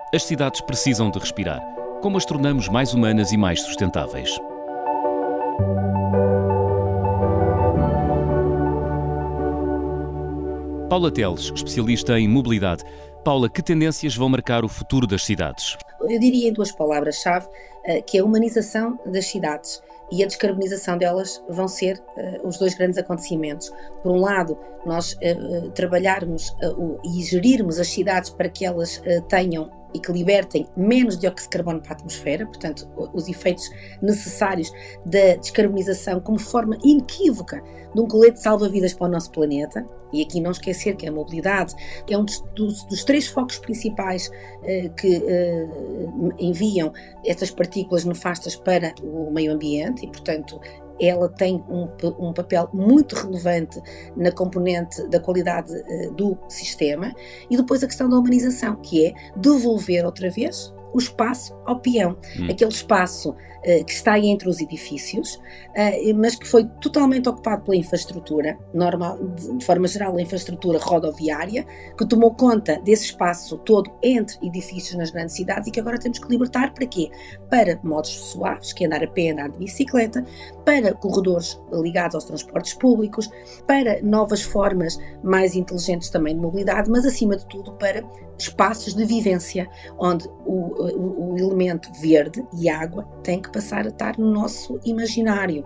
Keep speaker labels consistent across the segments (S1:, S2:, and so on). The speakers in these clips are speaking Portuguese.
S1: As cidades precisam de respirar. Como as tornamos mais humanas e mais sustentáveis? Paula Teles, especialista em mobilidade. Paula, que tendências vão marcar o futuro das cidades?
S2: Eu diria em 2 palavras-chave, que é a humanização das cidades e a descarbonização delas vão ser os 2 grandes acontecimentos. Por um lado, nós trabalharmos e gerirmos as cidades para que elas tenham e que libertem menos dióxido de carbono para a atmosfera, portanto, os efeitos necessários da descarbonização como forma inequívoca de um colete salva-vidas para o nosso planeta. E aqui não esquecer que a mobilidade é um dos 3 focos principais que enviam estas partículas nefastas para o meio ambiente e, portanto, ela tem um papel muito relevante na componente da qualidade do sistema. E depois a questão da humanização, que é devolver outra vez o espaço ao peão, aquele espaço que está entre os edifícios, mas que foi totalmente ocupado pela infraestrutura, normal, de forma geral a infraestrutura rodoviária, que tomou conta desse espaço todo entre edifícios nas grandes cidades e que agora temos que libertar para quê? Para modos suaves, que é andar a pé, andar de bicicleta, para corredores ligados aos transportes públicos, para novas formas mais inteligentes também de mobilidade, mas acima de tudo para espaços de vivência, onde o elemento verde e água tem que passar a estar no nosso imaginário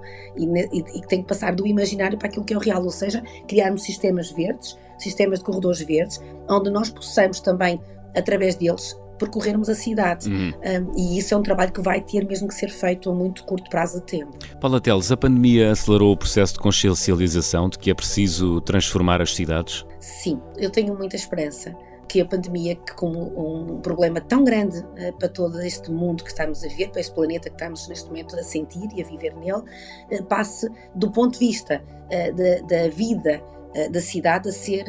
S2: e tem que passar do imaginário para aquilo que é o real, ou seja, criarmos sistemas verdes, sistemas de corredores verdes, onde nós possamos também, através deles, percorrermos a cidade. E isso é um trabalho que vai ter mesmo que ser feito a muito curto prazo de tempo.
S1: Paula Teles, a pandemia acelerou o processo de consciencialização de que é preciso transformar as cidades?
S2: Sim, eu tenho muita esperança que a pandemia, que como um problema tão grande para todo este mundo que estamos a ver, para este planeta que estamos neste momento a sentir e a viver nele, passe do ponto de vista da vida da cidade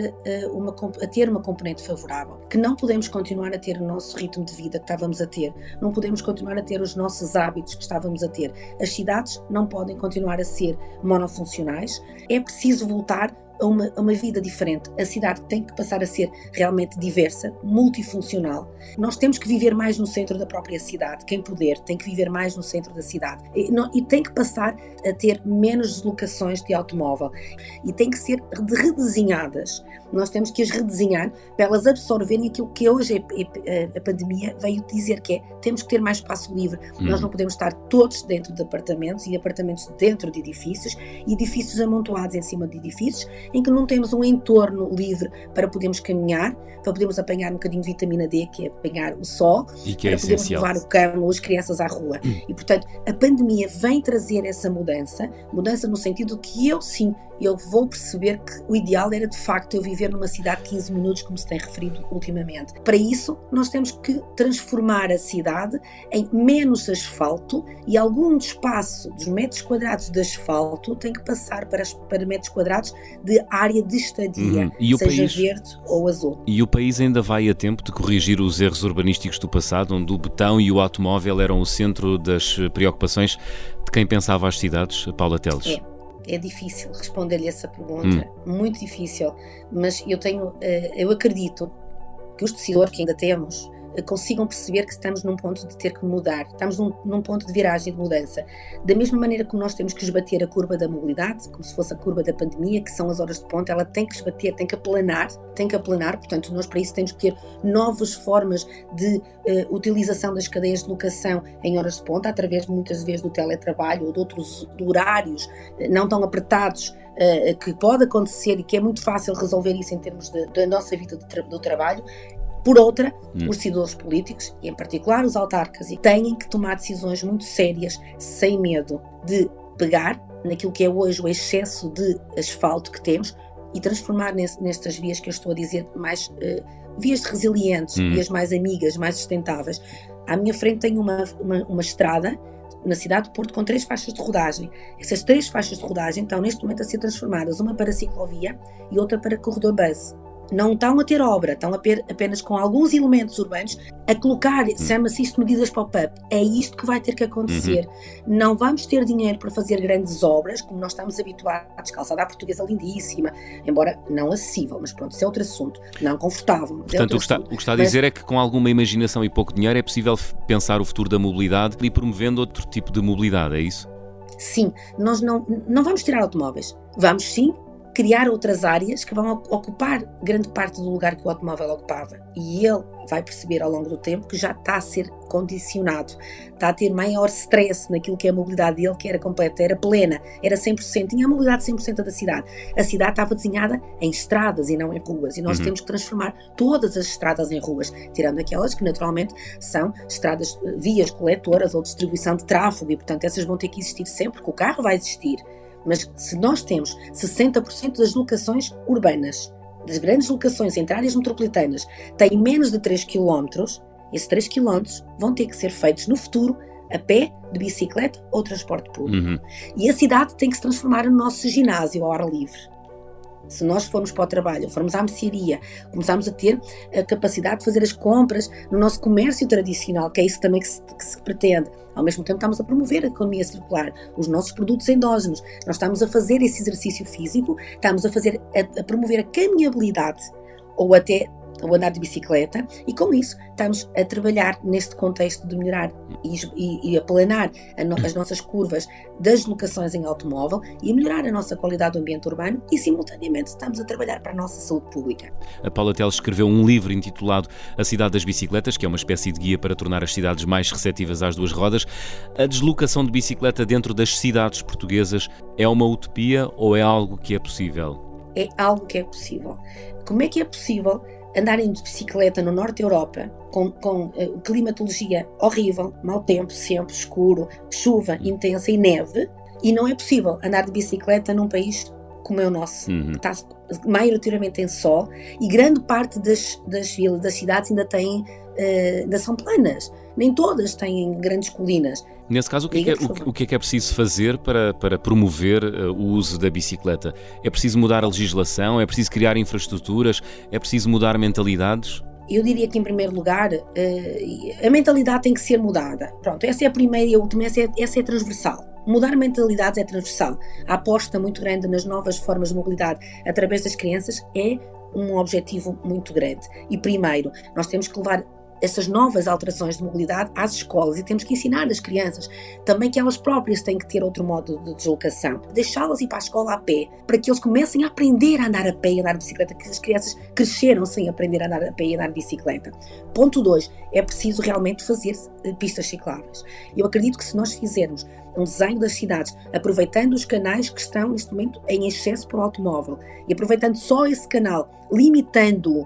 S2: a ter uma componente favorável, que não podemos continuar a ter o nosso ritmo de vida que estávamos a ter, não podemos continuar a ter os nossos hábitos que estávamos a ter. As cidades não podem continuar a ser monofuncionais, é preciso voltar a uma vida diferente. A cidade tem que passar a ser realmente diversa, multifuncional. Nós temos que viver mais no centro da própria cidade. Quem puder tem que viver mais no centro da cidade. E tem que passar a ter menos deslocações de automóvel. E tem que ser redesenhadas. Nós temos que as redesenhar para elas absorverem aquilo que hoje a pandemia veio dizer, que é temos que ter mais espaço livre. Nós não podemos estar todos dentro de apartamentos e apartamentos dentro de edifícios e edifícios amontoados em cima de edifícios em que não temos um entorno livre para podermos caminhar, para podermos apanhar um bocadinho de vitamina D, que é apanhar o sol,
S1: e que é
S2: para podermos
S1: essencial.
S2: levar o cão ou as crianças à rua. E, portanto, a pandemia vem trazer essa mudança no sentido que eu vou perceber que o ideal era de facto eu viver numa cidade de 15 minutos, como se tem referido ultimamente. Para isso, nós temos que transformar a cidade em menos asfalto e algum espaço dos metros quadrados de asfalto tem que passar para metros quadrados de área de estadia, seja verde ou azul.
S1: E o país ainda vai a tempo de corrigir os erros urbanísticos do passado, onde o betão e o automóvel eram o centro das preocupações de quem pensava as cidades, Paula Teles?
S2: É difícil responder-lhe essa pergunta, muito difícil, mas eu acredito que os decisores que ainda temos consigam perceber que estamos num ponto de ter que mudar, estamos num ponto de viragem de mudança. Da mesma maneira que nós temos que esbater a curva da mobilidade, como se fosse a curva da pandemia, que são as horas de ponta, ela tem que esbater, tem que aplanar, portanto nós para isso temos que ter novas formas de utilização das cadeias de locação em horas de ponta, através muitas vezes do teletrabalho ou de outros horários não tão apertados, que pode acontecer e que é muito fácil resolver isso em termos da nossa vida do trabalho. Por outra, os decisores políticos, e em particular os autarcas, têm que tomar decisões muito sérias, sem medo de pegar naquilo que é hoje o excesso de asfalto que temos e transformar nestas vias que eu estou a dizer mais vias resilientes, vias mais amigas, mais sustentáveis. À minha frente tenho uma estrada na cidade de Porto com 3 faixas de rodagem. Essas 3 faixas de rodagem estão neste momento a ser transformadas, uma para ciclovia e outra para corredor bus. não estão a ter obra, estão apenas com alguns elementos urbanos a colocar, chama-se isto medidas pop-up. É isto que vai ter que acontecer. Não vamos ter dinheiro para fazer grandes obras, como nós estamos habituados. Calçada à portuguesa lindíssima, embora não acessível, mas pronto, isso é outro assunto. Não confortável.
S1: Portanto, o que está a dizer é que com alguma imaginação e pouco dinheiro é possível pensar o futuro da mobilidade e promovendo outro tipo de mobilidade, é isso?
S2: Sim, nós não vamos tirar automóveis. Vamos sim criar outras áreas que vão ocupar grande parte do lugar que o automóvel ocupava. E ele vai perceber ao longo do tempo que já está a ser condicionado, está a ter maior stress naquilo que é a mobilidade dele, que era completa, era plena, era 100%, tinha a mobilidade 100% da cidade. A cidade estava desenhada em estradas e não em ruas, e nós temos que transformar todas as estradas em ruas, tirando aquelas que naturalmente são estradas, vias coletoras ou distribuição de tráfego, e portanto essas vão ter que existir sempre, porque o carro vai existir. Mas se nós temos 60% das locações urbanas, das grandes locações entre áreas metropolitanas, têm menos de 3 km, esses 3 km vão ter que ser feitos no futuro a pé, de bicicleta ou transporte público. E a cidade tem que se transformar no nosso ginásio ao ar livre. Se nós formos para o trabalho, formos à mercearia, começarmos a ter a capacidade de fazer as compras no nosso comércio tradicional, que é isso também que se pretende. Ao mesmo tempo estamos a promover a economia circular, os nossos produtos endógenos. Nós estamos a fazer esse exercício físico, estamos a promover a caminhabilidade ou até o andar de bicicleta, e com isso estamos a trabalhar neste contexto de melhorar e aplanar as nossas curvas das locações em automóvel e a melhorar a nossa qualidade do ambiente urbano, e simultaneamente estamos a trabalhar para a nossa saúde pública.
S1: A Paula Teles escreveu um livro intitulado A Cidade das Bicicletas, que é uma espécie de guia para tornar as cidades mais receptivas às duas rodas. A deslocação de bicicleta dentro das cidades portuguesas é uma utopia ou é algo que é possível?
S2: É algo que é possível. Como é que é possível andarem de bicicleta no norte da Europa, com climatologia horrível, mau tempo, sempre escuro, chuva intensa e neve, e não é possível andar de bicicleta num país como é o nosso, que está maioritariamente em sol, e grande parte das vilas, das cidades ainda são planas. Nem todas têm grandes colinas.
S1: Nesse caso, o que é preciso fazer para promover o uso da bicicleta? É preciso mudar a legislação? É preciso criar infraestruturas? É preciso mudar mentalidades?
S2: Eu diria que, em primeiro lugar, a mentalidade tem que ser mudada. Pronto, essa é a primeira e a última, essa é transversal. Mudar mentalidades é transversal. A aposta muito grande nas novas formas de mobilidade através das crianças é um objetivo muito grande. E primeiro, nós temos que levar essas novas alterações de mobilidade às escolas e temos que ensinar as crianças também que elas próprias têm que ter outro modo de deslocação, deixá-las ir para a escola a pé, para que eles comecem a aprender a andar a pé e a andar de bicicleta, que as crianças cresceram sem aprender a andar a pé e a andar de bicicleta. Ponto 2, é preciso realmente fazer pistas cicláveis. Eu acredito que se nós fizermos um desenho das cidades, aproveitando os canais que estão neste momento em excesso por automóvel e aproveitando só esse canal, limitando-o,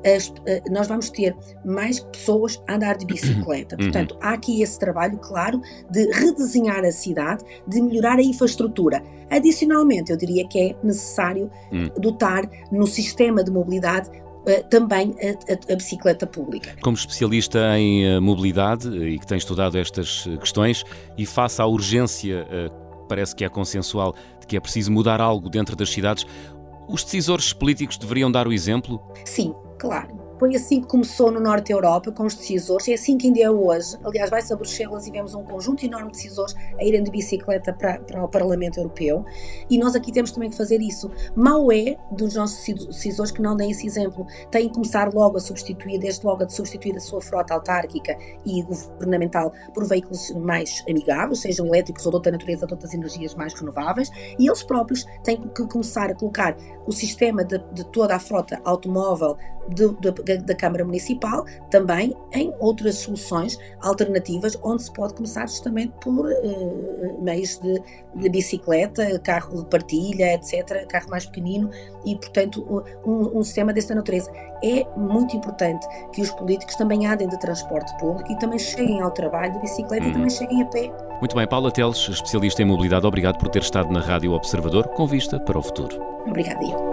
S2: nós vamos ter mais pessoas a andar de bicicleta. Portanto, há aqui esse trabalho, claro, de redesenhar a cidade, de melhorar a infraestrutura. Adicionalmente, eu diria que é necessário dotar no sistema de mobilidade também a bicicleta pública.
S1: Como especialista em mobilidade e que tem estudado estas questões, e face à urgência, parece que é consensual, de que é preciso mudar algo dentro das cidades, os decisores políticos deveriam dar o exemplo?
S2: Sim, claro. Foi assim que começou no norte da Europa, com os decisores, é assim que ainda é hoje. Aliás, vai-se a Bruxelas e vemos um conjunto enorme de decisores a irem de bicicleta para o Parlamento Europeu, e nós aqui temos também que fazer isso. Mau é dos nossos decisores que não deem esse exemplo. Têm que começar logo a substituir, desde logo a substituir a sua frota autárquica e governamental por veículos mais amigáveis, sejam elétricos ou de outra natureza, de outras energias mais renováveis, e eles próprios têm que começar a colocar o sistema de toda a frota automóvel da Câmara Municipal também em outras soluções alternativas, onde se pode começar justamente por meios de bicicleta, carro de partilha, etc., carro mais pequenino, e portanto um sistema desta natureza. É muito importante que os políticos também andem de transporte público e também cheguem ao trabalho de bicicleta e também cheguem a pé.
S1: Muito bem, Paula Teles, especialista em mobilidade, obrigado por ter estado na Rádio Observador, com vista para o futuro.
S2: Obrigada, eu.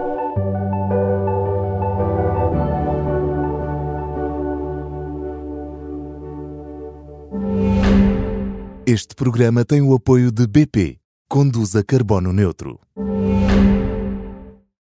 S3: Este programa tem o apoio de BP. Conduza Carbono Neutro.